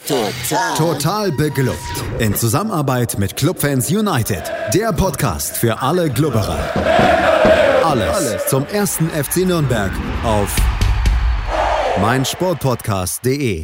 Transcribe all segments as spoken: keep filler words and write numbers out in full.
Total. Total beglückt. In Zusammenarbeit mit Clubfans United. Der Podcast für alle Glubberer. Alles, Alles zum ersten F C Nürnberg auf meinsportpodcast punkt de.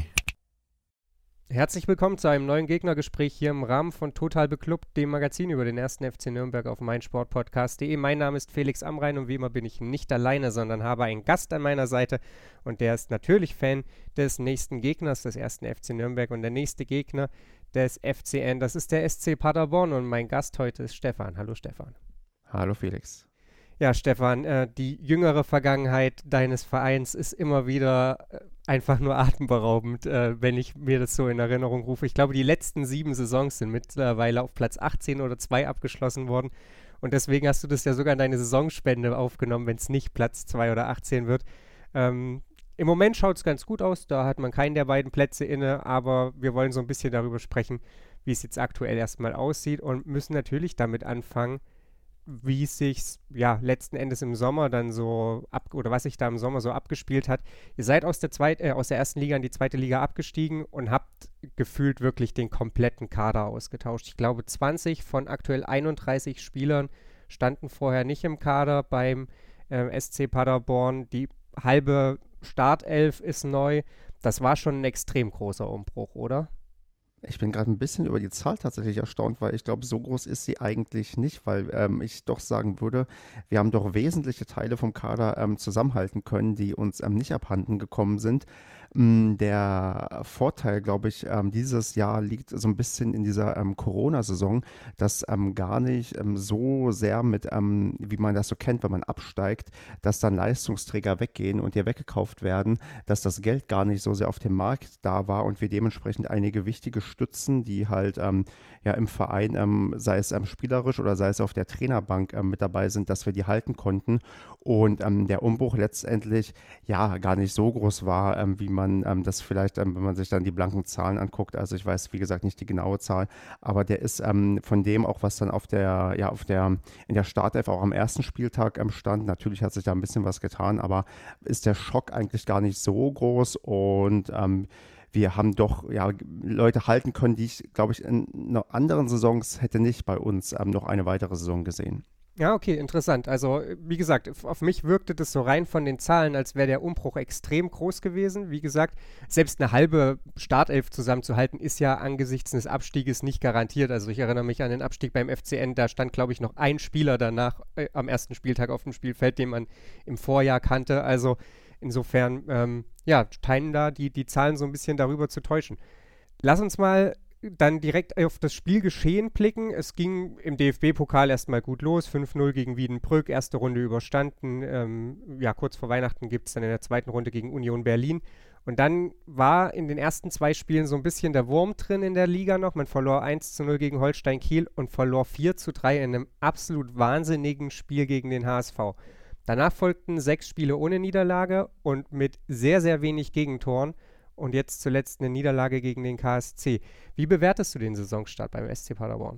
Herzlich willkommen zu einem neuen Gegnergespräch hier im Rahmen von Total Beklubbt, dem Magazin über den ersten F C Nürnberg auf meinsportpodcast punkt de. Mein Name ist Felix Amrain und wie immer bin ich nicht alleine, sondern habe einen Gast an meiner Seite und der ist natürlich Fan des nächsten Gegners des ersten F C Nürnberg und der nächste Gegner des F C N, das ist der S C Paderborn und mein Gast heute ist Stefan. Hallo Stefan. Hallo Felix. Ja, Stefan, äh, die jüngere Vergangenheit deines Vereins ist immer wieder äh, einfach nur atemberaubend, äh, wenn ich mir das so in Erinnerung rufe. Ich glaube, die letzten sieben Saisons sind mittlerweile auf Platz achtzehn oder zwei abgeschlossen worden. Und deswegen hast du das ja sogar in deine Saisonspende aufgenommen, wenn es nicht Platz zwei oder achtzehn wird. Ähm, Im Moment schaut es ganz gut aus, da hat man keinen der beiden Plätze inne, aber wir wollen so ein bisschen darüber sprechen, wie es jetzt aktuell erstmal aussieht und müssen natürlich damit anfangen, wie es sich ja letzten Endes im Sommer dann so ab oder was sich da im Sommer so abgespielt hat. Ihr seid aus der zweit, äh, aus der ersten Liga in die zweite Liga abgestiegen und habt gefühlt wirklich den kompletten Kader ausgetauscht. Ich glaube, zwanzig von aktuell einunddreißig Spielern standen vorher nicht im Kader beim äh, S C Paderborn. Die halbe Startelf ist neu. Das war schon ein extrem großer Umbruch, oder? Ich bin gerade ein bisschen über die Zahl tatsächlich erstaunt, weil ich glaube, so groß ist sie eigentlich nicht, weil ähm, ich doch sagen würde, wir haben doch wesentliche Teile vom Kader ähm, zusammenhalten können, die uns ähm, nicht abhanden gekommen sind. Ähm, der Vorteil, glaube ich, ähm, dieses Jahr liegt so ein bisschen in dieser ähm, Corona-Saison, dass ähm, gar nicht ähm, so sehr mit, ähm, wie man das so kennt, wenn man absteigt, dass dann Leistungsträger weggehen und hier weggekauft werden, dass das Geld gar nicht so sehr auf dem Markt da war und wir dementsprechend einige wichtige Stützen, die halt ähm, ja im Verein, ähm, sei es ähm, spielerisch oder sei es auf der Trainerbank ähm, mit dabei sind, dass wir die halten konnten und ähm, der Umbruch letztendlich ja gar nicht so groß war, ähm, wie man ähm, das vielleicht, ähm, wenn man sich dann die blanken Zahlen anguckt, also ich weiß wie gesagt nicht die genaue Zahl, aber der ist ähm, von dem auch, was dann auf der, ja auf der, in der Startelf auch am ersten Spieltag ähm, stand, natürlich hat sich da ein bisschen was getan, aber ist der Schock eigentlich gar nicht so groß und ähm, wir haben doch ja, Leute halten können, die ich, glaube ich, in anderen Saisons hätte nicht bei uns ähm, noch eine weitere Saison gesehen. Ja, okay, interessant. Also, wie gesagt, auf mich wirkte das so rein von den Zahlen, als wäre der Umbruch extrem groß gewesen. Wie gesagt, selbst eine halbe Startelf zusammenzuhalten, ist ja angesichts des Abstieges nicht garantiert. Also, ich erinnere mich an den Abstieg beim F C N, da stand, glaube ich, noch ein Spieler danach äh, am ersten Spieltag auf dem Spielfeld, den man im Vorjahr kannte. Also, insofern, ähm, ja, scheinen da die, die Zahlen so ein bisschen darüber zu täuschen. Lass uns mal dann direkt auf das Spielgeschehen blicken. Es ging im D F B-Pokal erstmal gut los, fünf null gegen Wiedenbrück, erste Runde überstanden. Ähm, ja, kurz vor Weihnachten gibt es dann in der zweiten Runde gegen Union Berlin. Und dann war in den ersten zwei Spielen so ein bisschen der Wurm drin in der Liga noch. Man verlor eins zu null gegen Holstein Kiel und verlor vier zu drei in einem absolut wahnsinnigen Spiel gegen den H S V. Danach folgten sechs Spiele ohne Niederlage und mit sehr, sehr wenig Gegentoren und jetzt zuletzt eine Niederlage gegen den K S C. Wie bewertest du den Saisonstart beim S C Paderborn?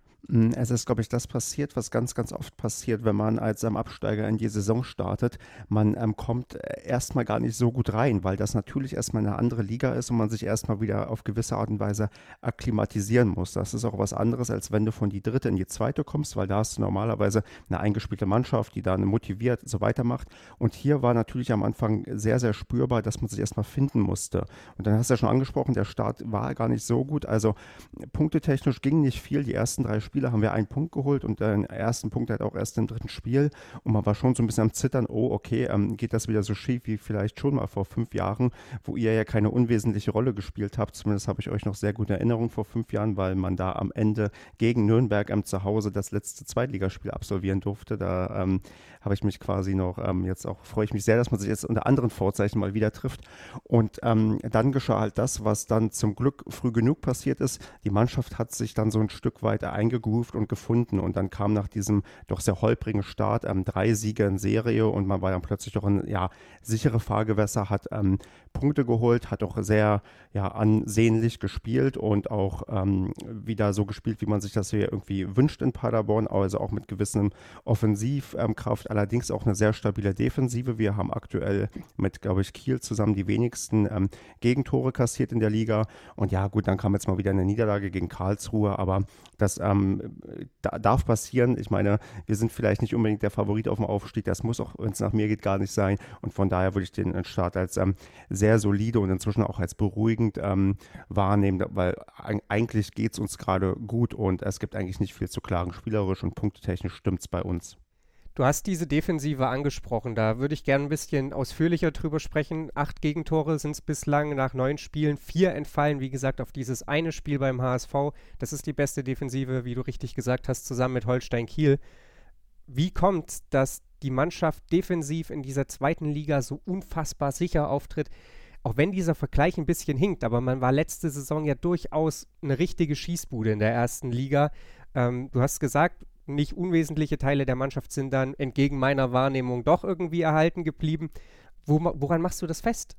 Es ist, glaube ich, das passiert, was ganz, ganz oft passiert, wenn man als ähm, Absteiger in die Saison startet. Man ähm, kommt erstmal gar nicht so gut rein, weil das natürlich erstmal eine andere Liga ist und man sich erstmal wieder auf gewisse Art und Weise akklimatisieren muss. Das ist auch was anderes, als wenn du von die dritte in die zweite kommst, weil da hast du normalerweise eine eingespielte Mannschaft, die dann motiviert so weitermacht. Und hier war natürlich am Anfang sehr, sehr spürbar, dass man sich erstmal finden musste. Und dann hast du ja schon angesprochen, der Start war gar nicht so gut. Also punktetechnisch ging nicht viel. Die ersten drei Spiele Spiele haben wir einen Punkt geholt und den ersten Punkt halt auch erst im dritten Spiel und man war schon so ein bisschen am Zittern, oh okay, ähm, geht das wieder so schief wie vielleicht schon mal vor fünf Jahren, wo ihr ja keine unwesentliche Rolle gespielt habt, zumindest habe ich euch noch sehr gute Erinnerungen vor fünf Jahren, weil man da am Ende gegen Nürnberg ähm, zu Hause das letzte Zweitligaspiel absolvieren durfte, da ähm, habe ich mich quasi noch, ähm, jetzt auch freue ich mich sehr, dass man sich jetzt unter anderen Vorzeichen mal wieder trifft und ähm, dann geschah halt das, was dann zum Glück früh genug passiert ist, die Mannschaft hat sich dann so ein Stück weiter eingegroovt und gefunden und dann kam nach diesem doch sehr holprigen Start ähm, drei Siege in Serie und man war dann plötzlich doch in ja, sichere Fahrgewässer, hat ähm, Punkte geholt, hat auch sehr ja, ansehnlich gespielt und auch ähm, wieder so gespielt, wie man sich das hier irgendwie wünscht in Paderborn, also auch mit gewissem Offensivkraft. Ähm, allerdings auch eine sehr stabile Defensive. Wir haben aktuell mit, glaube ich, Kiel zusammen die wenigsten ähm, Gegentore kassiert in der Liga. Und ja, gut, dann kam jetzt mal wieder eine Niederlage gegen Karlsruhe, aber das ähm, da, darf passieren. Ich meine, wir sind vielleicht nicht unbedingt der Favorit auf dem Aufstieg. Das muss auch, wenn es nach mir geht, gar nicht sein. Und von daher würde ich den Start als ähm, sehr solide und inzwischen auch als beruhigend ähm, wahrnehmen, weil eigentlich geht es uns gerade gut und es gibt eigentlich nicht viel zu klagen. Spielerisch und punktetechnisch stimmt es bei uns. Du hast diese Defensive angesprochen, da würde ich gerne ein bisschen ausführlicher drüber sprechen. Acht Gegentore sind es bislang nach neun Spielen, vier entfallen, wie gesagt, auf dieses eine Spiel beim H S V. Das ist die beste Defensive, wie du richtig gesagt hast, zusammen mit Holstein Kiel. Wie kommt es, dass die Mannschaft defensiv in dieser zweiten Liga so unfassbar sicher auftritt? Auch wenn dieser Vergleich ein bisschen hinkt, aber man war letzte Saison ja durchaus eine richtige Schießbude in der ersten Liga. Ähm, du hast gesagt, nicht unwesentliche Teile der Mannschaft sind dann entgegen meiner Wahrnehmung doch irgendwie erhalten geblieben. Wo, woran machst du das fest?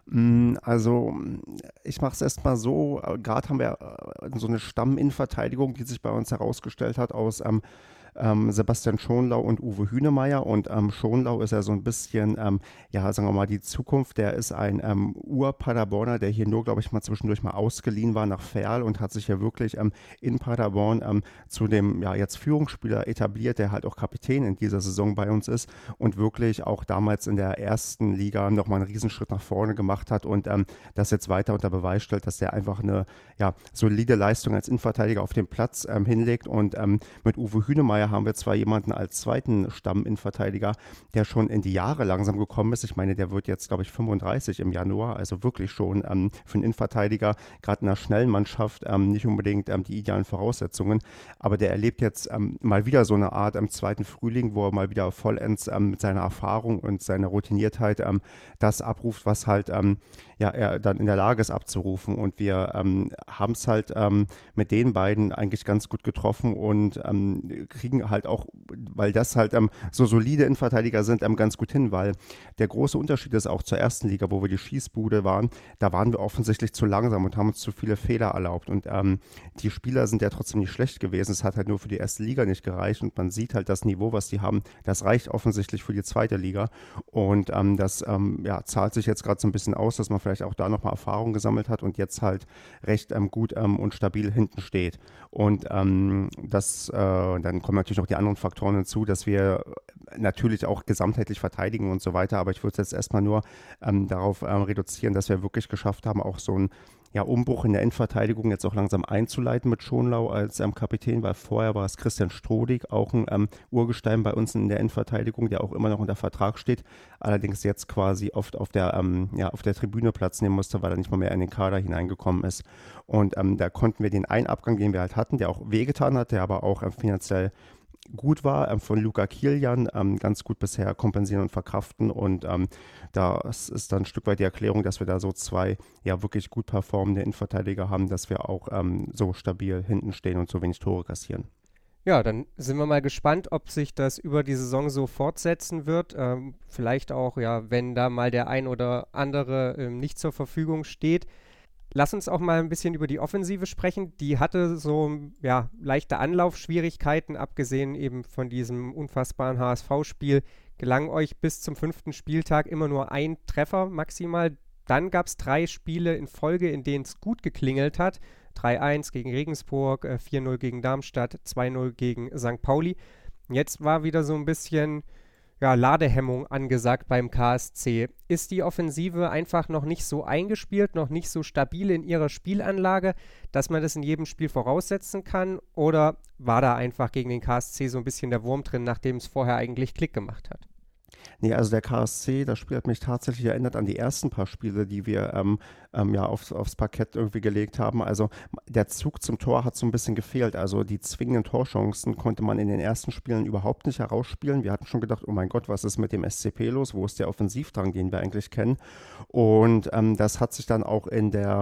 Also ich mache es erstmal so, gerade haben wir so eine Stamminnenverteidigung, die sich bei uns herausgestellt hat aus ähm, ähm, Sebastian Schonlau und Uwe Hünemeyer. Und ähm, Schonlau ist ja so ein bisschen, ähm, ja, sagen wir mal, die Zukunft. Der ist ein ähm, Ur-Paderborner, der hier nur, glaube ich, mal zwischendurch mal ausgeliehen war nach Verl und hat sich ja wirklich ähm, in Paderborn ähm, zu dem, ja, jetzt Führungsspieler etabliert, der halt auch Kapitän in dieser Saison bei uns ist und wirklich auch damals in der ersten Liga nochmal einen Riesenschritt nach vorne gemacht hat und ähm, das jetzt weiter unter Beweis stellt, dass der einfach eine, ja, solide Leistung als Innenverteidiger auf dem Platz ähm, hinlegt. Und ähm, mit Uwe Hünemeyer haben wir zwar jemanden als zweiten Stamm-Innenverteidiger, der schon in die Jahre langsam gekommen ist. Ich meine, der wird jetzt, glaube ich, fünfunddreißig im Januar, also wirklich schon ähm, für einen Innenverteidiger, gerade in einer schnellen Mannschaft, ähm, nicht unbedingt ähm, die idealen Voraussetzungen. Aber der erlebt jetzt ähm, mal wieder so eine Art im zweiten Frühling, wo er mal wieder vollends ähm, mit seiner Erfahrung und seiner Routiniertheit ähm, das abruft, was halt ähm, ja, er dann in der Lage ist abzurufen. Und wir ähm, haben es halt ähm, mit den beiden eigentlich ganz gut getroffen und ähm, kriegen halt auch, weil das halt ähm, so solide Innenverteidiger sind, ähm, ganz gut hin, weil der große Unterschied ist auch zur ersten Liga, wo wir die Schießbude waren, da waren wir offensichtlich zu langsam und haben uns zu viele Fehler erlaubt. Und ähm, die Spieler sind ja trotzdem nicht schlecht gewesen. Es hat halt nur für die erste Liga nicht gereicht und man sieht halt das Niveau, was die haben, das reicht offensichtlich für die zweite Liga. Und ähm, das ähm, ja, zahlt sich jetzt gerade so ein bisschen aus, dass man vielleicht auch da nochmal Erfahrung gesammelt hat und jetzt halt recht ähm, gut ähm, und stabil hinten steht. Und ähm, das, äh, dann kommen natürlich noch die anderen Faktoren hinzu, dass wir natürlich auch gesamtheitlich verteidigen und so weiter, aber ich würde es jetzt erstmal nur ähm, darauf ähm, reduzieren, dass wir wirklich geschafft haben, auch so ein ja, Umbruch in der Endverteidigung jetzt auch langsam einzuleiten mit Schonlau als ähm, Kapitän, weil vorher war es Christian Strodig, auch ein ähm, Urgestein bei uns in der Endverteidigung, der auch immer noch unter Vertrag steht, allerdings jetzt quasi oft auf der, ähm, ja, auf der Tribüne Platz nehmen musste, weil er nicht mal mehr in den Kader hineingekommen ist. Und ähm, da konnten wir den einen Abgang, den wir halt hatten, der auch wehgetan hat, der aber auch ähm, finanziell gut war, ähm, von Luca Kilian, ähm, ganz gut bisher kompensieren und verkraften und ähm, das ist dann ein Stück weit die Erklärung, dass wir da so zwei ja wirklich gut performende Innenverteidiger haben, dass wir auch ähm, so stabil hinten stehen und so wenig Tore kassieren. Ja, dann sind wir mal gespannt, ob sich das über die Saison so fortsetzen wird. Ähm, vielleicht auch, ja, wenn da mal der ein oder andere ähm, nicht zur Verfügung steht. Lass uns auch mal ein bisschen über die Offensive sprechen. Die hatte so, ja, leichte Anlaufschwierigkeiten, abgesehen eben von diesem unfassbaren H S V-Spiel. Gelang euch bis zum fünften Spieltag immer nur ein Treffer maximal. Dann gab es drei Spiele in Folge, in denen es gut geklingelt hat. drei eins gegen Regensburg, äh, vier null gegen Darmstadt, zwei null gegen Sankt Pauli. Jetzt war wieder so ein bisschen ja, Ladehemmung angesagt beim K S C. Ist die Offensive einfach noch nicht so eingespielt, noch nicht so stabil in ihrer Spielanlage, dass man das in jedem Spiel voraussetzen kann? Oder war da einfach gegen den K S C so ein bisschen der Wurm drin, nachdem es vorher eigentlich Klick gemacht hat? Nee, also der K S C, das Spiel hat mich tatsächlich erinnert an die ersten paar Spiele, die wir ähm, ähm, ja aufs, aufs Parkett irgendwie gelegt haben. Also der Zug zum Tor hat so ein bisschen gefehlt. Also die zwingenden Torchancen konnte man in den ersten Spielen überhaupt nicht herausspielen. Wir hatten schon gedacht, oh mein Gott, was ist mit dem S C P los? Wo ist der Offensivdrang, den wir eigentlich kennen? Und ähm, das hat sich dann auch in der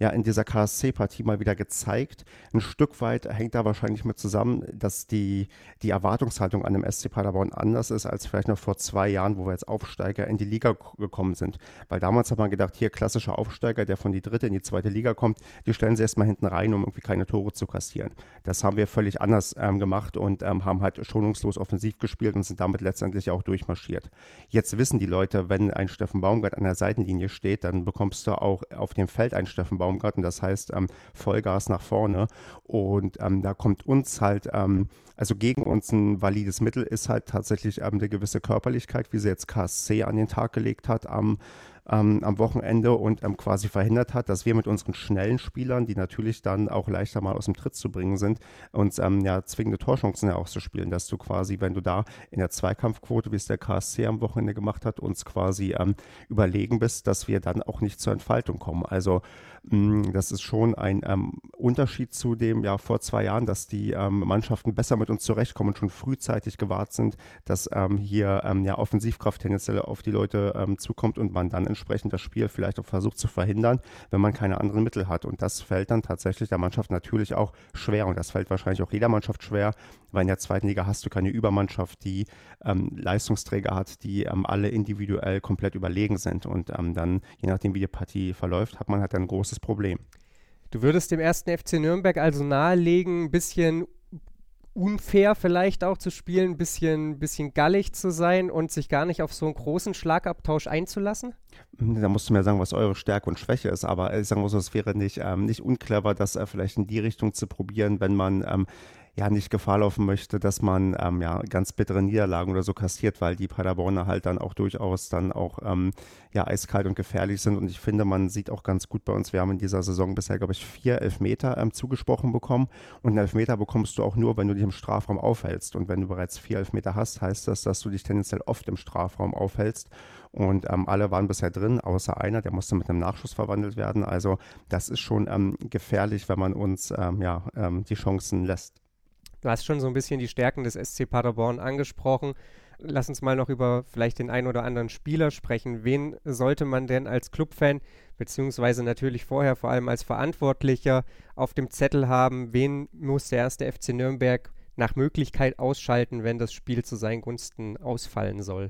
ja in dieser K S C-Partie mal wieder gezeigt. Ein Stück weit hängt da wahrscheinlich mit zusammen, dass die, die Erwartungshaltung an dem S C Paderborn anders ist als vielleicht noch vor zwei Jahren, wo wir als Aufsteiger in die Liga k- gekommen sind. Weil damals hat man gedacht, hier klassischer Aufsteiger, der von die dritte in die zweite Liga kommt, die stellen sie erstmal hinten rein, um irgendwie keine Tore zu kassieren. Das haben wir völlig anders ähm, gemacht und ähm, haben halt schonungslos offensiv gespielt und sind damit letztendlich auch durchmarschiert. Jetzt wissen die Leute, wenn ein Steffen Baumgart an der Seitenlinie steht, dann bekommst du auch auf dem Feld einen Steffen Baumgart und das heißt ähm, Vollgas nach vorne und ähm, da kommt uns halt, ähm, also gegen uns ein valides Mittel ist halt tatsächlich ähm, eine gewisse Körperlichkeit, wie sie jetzt K S C an den Tag gelegt hat am Ähm, am Wochenende und ähm, quasi verhindert hat, dass wir mit unseren schnellen Spielern, die natürlich dann auch leichter mal aus dem Tritt zu bringen sind, uns ähm, ja zwingende Torchancen herauszuspielen, dass du quasi, wenn du da in der Zweikampfquote, wie es der K S C am Wochenende gemacht hat, uns quasi ähm, überlegen bist, dass wir dann auch nicht zur Entfaltung kommen. Also mh, das ist schon ein ähm, Unterschied zu dem, ja vor zwei Jahren, dass die ähm, Mannschaften besser mit uns zurechtkommen und schon frühzeitig gewahrt sind, dass ähm, hier ähm, ja Offensivkraft tendenziell auf die Leute ähm, zukommt und man dann entsprechend das Spiel vielleicht auch versucht zu verhindern, wenn man keine anderen Mittel hat. Und das fällt dann tatsächlich der Mannschaft natürlich auch schwer. Und das fällt wahrscheinlich auch jeder Mannschaft schwer, weil in der zweiten Liga hast du keine Übermannschaft, die ähm, Leistungsträger hat, die ähm, alle individuell komplett überlegen sind. Und ähm, dann, je nachdem wie die Partie verläuft, hat man halt ein großes Problem. Du würdest dem ersten F C Nürnberg also nahelegen, ein bisschen unfair vielleicht auch zu spielen, ein bisschen, bisschen gallig zu sein und sich gar nicht auf so einen großen Schlagabtausch einzulassen? Da musst du mir sagen, was eure Stärke und Schwäche ist, aber ich sage mal so, es wäre nicht, ähm, nicht unclever, das äh, vielleicht in die Richtung zu probieren, wenn man ähm, ja nicht Gefahr laufen möchte, dass man ähm, ja ganz bittere Niederlagen oder so kassiert, weil die Paderborner halt dann auch durchaus dann auch ähm, ja eiskalt und gefährlich sind und ich finde, man sieht auch ganz gut bei uns, wir haben in dieser Saison bisher, glaube ich, vier Elfmeter ähm, zugesprochen bekommen und einen Elfmeter bekommst du auch nur, wenn du dich im Strafraum aufhältst und wenn du bereits vier Elfmeter hast, heißt das, dass du dich tendenziell oft im Strafraum aufhältst und ähm, alle waren bisher drin, außer einer, der musste mit einem Nachschuss verwandelt werden, also das ist schon ähm, gefährlich, wenn man uns ähm, ja ähm, die Chancen lässt. Du hast schon so ein bisschen die Stärken des S C Paderborn angesprochen. Lass uns mal noch über vielleicht den einen oder anderen Spieler sprechen. Wen sollte man denn als Clubfan, beziehungsweise natürlich vorher vor allem als Verantwortlicher auf dem Zettel haben? Wen muss der erste F C Nürnberg nach Möglichkeit ausschalten, wenn das Spiel zu seinen Gunsten ausfallen soll?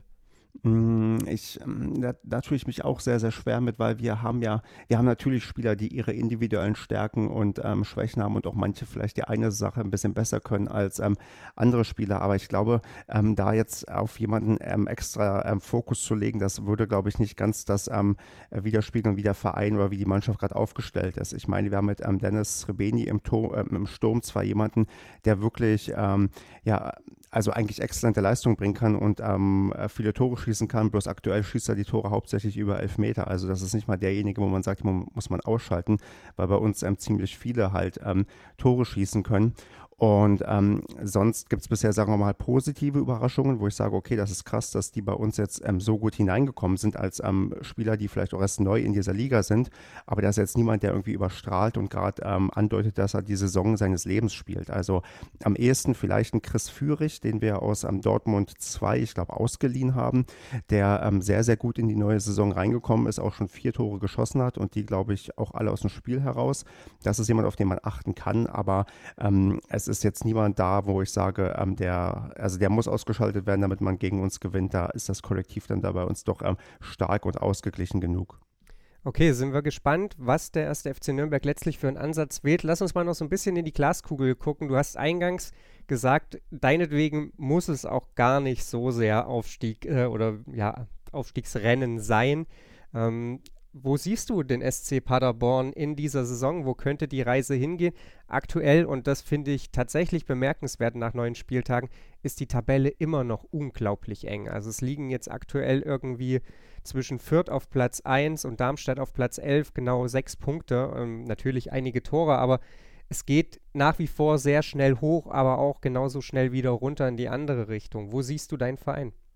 Ich, da, da tue ich mich auch sehr, sehr schwer mit, weil wir haben ja, wir haben natürlich Spieler, die ihre individuellen Stärken und ähm, Schwächen haben und auch manche vielleicht die eine Sache ein bisschen besser können als ähm, andere Spieler. Aber ich glaube, ähm, da jetzt auf jemanden ähm, extra ähm, Fokus zu legen, das würde, glaube ich, nicht ganz das ähm, widerspiegeln, wie der Verein oder wie die Mannschaft gerade aufgestellt ist. Ich meine, wir haben mit ähm, Dennis Srebeni im, Tor, ähm, im Sturm zwar jemanden, der wirklich, ähm, ja, also eigentlich exzellente Leistung bringen kann und ähm, viele Tore schießen kann, bloß aktuell schießt er die Tore hauptsächlich über Elfmeter, also das ist nicht mal derjenige, wo man sagt, man muss man ausschalten, weil bei uns ähm, ziemlich viele halt ähm, Tore schießen können. Und ähm, sonst gibt es bisher, sagen wir mal, positive Überraschungen, wo ich sage, okay, das ist krass, dass die bei uns jetzt ähm, so gut hineingekommen sind als ähm, Spieler, die vielleicht auch erst neu in dieser Liga sind. Aber da ist jetzt niemand, der irgendwie überstrahlt und gerade ähm, andeutet, dass er die Saison seines Lebens spielt. Also am ehesten vielleicht ein Chris Führig, den wir aus ähm, Dortmund zwei, ich glaube, ausgeliehen haben, der ähm, sehr, sehr gut in die neue Saison reingekommen ist, auch schon vier Tore geschossen hat und die, glaube ich, auch alle aus dem Spiel heraus. Das ist jemand, auf den man achten kann, aber ähm, es ist ist jetzt niemand da, wo ich sage, ähm, der, also der muss ausgeschaltet werden, damit man gegen uns gewinnt. Da ist das Kollektiv dann da bei uns doch ähm, stark und ausgeglichen genug. Okay, sind wir gespannt, was der erste F C Nürnberg letztlich für einen Ansatz wählt. Lass uns mal noch so ein bisschen in die Glaskugel gucken. Du hast eingangs gesagt, deinetwegen muss es auch gar nicht so sehr Aufstieg äh, oder ja, Aufstiegsrennen sein. Ähm, Wo siehst du den S C Paderborn in dieser Saison? Wo könnte die Reise hingehen? Aktuell, und das finde ich tatsächlich bemerkenswert nach neun Spieltagen, ist die Tabelle immer noch unglaublich eng. Also es liegen jetzt aktuell irgendwie zwischen Fürth auf Platz eins und Darmstadt auf Platz elf genau sechs Punkte. Ähm, natürlich einige Tore, aber es geht nach wie vor sehr schnell hoch, aber auch genauso schnell wieder runter in die andere Richtung. Wo siehst du deinen Verein?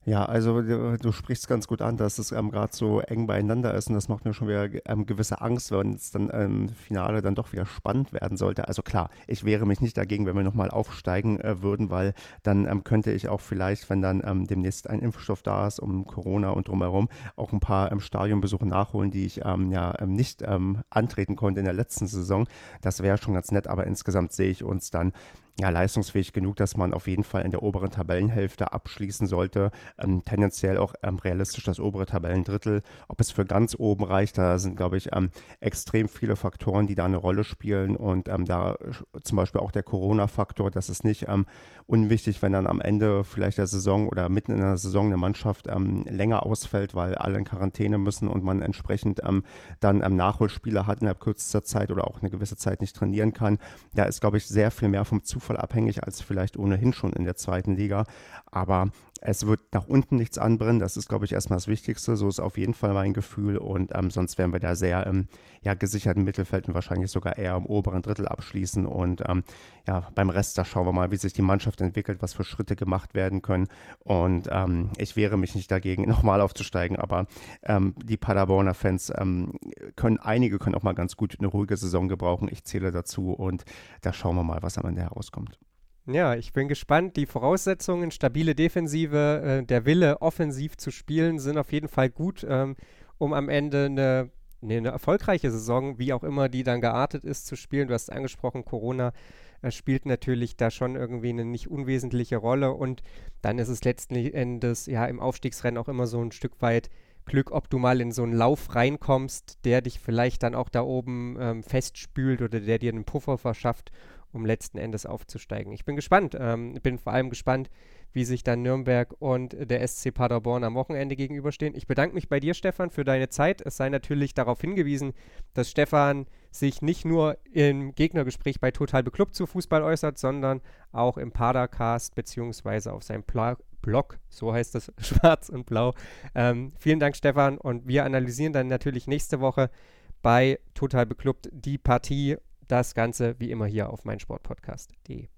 Ja, also du, du sprichst ganz gut an, dass es ähm, gerade so eng beieinander ist und das macht mir schon wieder ähm, gewisse Angst, wenn es dann im ähm, Finale dann doch wieder spannend werden sollte. Also klar, ich wehre mich nicht dagegen, wenn wir nochmal aufsteigen äh, würden, weil dann ähm, könnte ich auch vielleicht, wenn dann ähm, demnächst ein Impfstoff da ist, um Corona und drumherum, auch ein paar ähm, Stadionbesuche nachholen, die ich ähm, ja ähm, nicht ähm, antreten konnte in der letzten Saison. Das wäre schon ganz nett, aber insgesamt sehe ich uns dann ja, leistungsfähig genug, dass man auf jeden Fall in der oberen Tabellenhälfte abschließen sollte. Ähm, tendenziell auch ähm, realistisch das obere Tabellendrittel. Ob es für ganz oben reicht, da sind, glaube ich, ähm, extrem viele Faktoren, die da eine Rolle spielen. Und ähm, da zum Beispiel auch der Corona-Faktor, das ist nicht ähm, unwichtig, wenn dann am Ende vielleicht der Saison oder mitten in der Saison eine Mannschaft ähm, länger ausfällt, weil alle in Quarantäne müssen und man entsprechend ähm, dann ähm, Nachholspiele hat innerhalb kürzester Zeit oder auch eine gewisse Zeit nicht trainieren kann. Da ist, glaube ich, sehr viel mehr vom Zufall abhängig als vielleicht ohnehin schon in der zweiten Liga. Aber es wird nach unten nichts anbrennen. Das ist, glaube ich, erstmal das Wichtigste. So ist auf jeden Fall mein Gefühl. Und ähm, sonst werden wir da sehr im ja, gesicherten Mittelfeld und wahrscheinlich sogar eher im oberen Drittel abschließen. Und ähm, ja, beim Rest, da schauen wir mal, wie sich die Mannschaft entwickelt, was für Schritte gemacht werden können. Und ähm, ich wehre mich nicht dagegen, nochmal aufzusteigen. Aber ähm, die Paderborner Fans ähm, können, einige können auch mal ganz gut eine ruhige Saison gebrauchen. Ich zähle dazu. Und da schauen wir mal, was am Ende herauskommt. Ja, ich bin gespannt. Die Voraussetzungen, stabile Defensive, äh, der Wille, offensiv zu spielen, sind auf jeden Fall gut, ähm, um am Ende eine, ne, eine erfolgreiche Saison, wie auch immer die dann geartet ist, zu spielen. Du hast angesprochen, Corona äh, spielt natürlich da schon irgendwie eine nicht unwesentliche Rolle und dann ist es letzten Endes ja im Aufstiegsrennen auch immer so ein Stück weit Glück, ob du mal in so einen Lauf reinkommst, der dich vielleicht dann auch da oben ähm, festspült oder der dir einen Puffer verschafft, um letzten Endes aufzusteigen. Ich bin gespannt. Ähm, bin vor allem gespannt, wie sich dann Nürnberg und der S C Paderborn am Wochenende gegenüberstehen. Ich bedanke mich bei dir, Stefan, für deine Zeit. Es sei natürlich darauf hingewiesen, dass Stefan sich nicht nur im Gegnergespräch bei Total Beklubbt zu Fußball äußert, sondern auch im Padercast beziehungsweise auf seinem Pla- Blog, so heißt es, schwarz und blau. Ähm, vielen Dank, Stefan. Und wir analysieren dann natürlich nächste Woche bei Total Beklubbt die Partie. Das Ganze wie immer hier auf meinsportpodcast punkt de.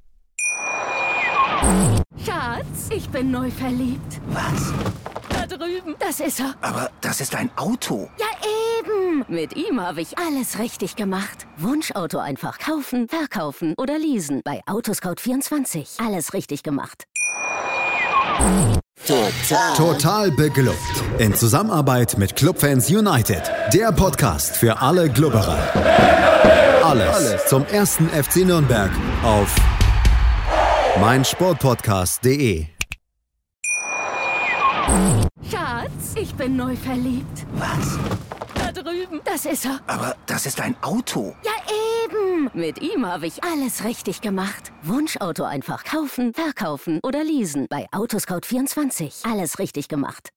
Schatz, ich bin neu verliebt. Was? Da drüben. Das ist er. Aber das ist ein Auto. Ja, eben. Mit ihm habe ich alles richtig gemacht. Wunschauto einfach kaufen, verkaufen oder leasen. Bei Autoscout vierundzwanzig. Alles richtig gemacht. Total. Total beglückt. In Zusammenarbeit mit Clubfans United. Der Podcast für alle Glubberer. Alles, Alles zum ersten F C Nürnberg auf meinsportpodcast punkt de. Schatz, ich bin neu verliebt. Was? Da drüben. Das ist er. Aber das ist ein Auto. Ja, eben. Mit ihm habe ich alles richtig gemacht. Wunschauto einfach kaufen, verkaufen oder leasen. Bei Autoscout vierundzwanzig. Alles richtig gemacht.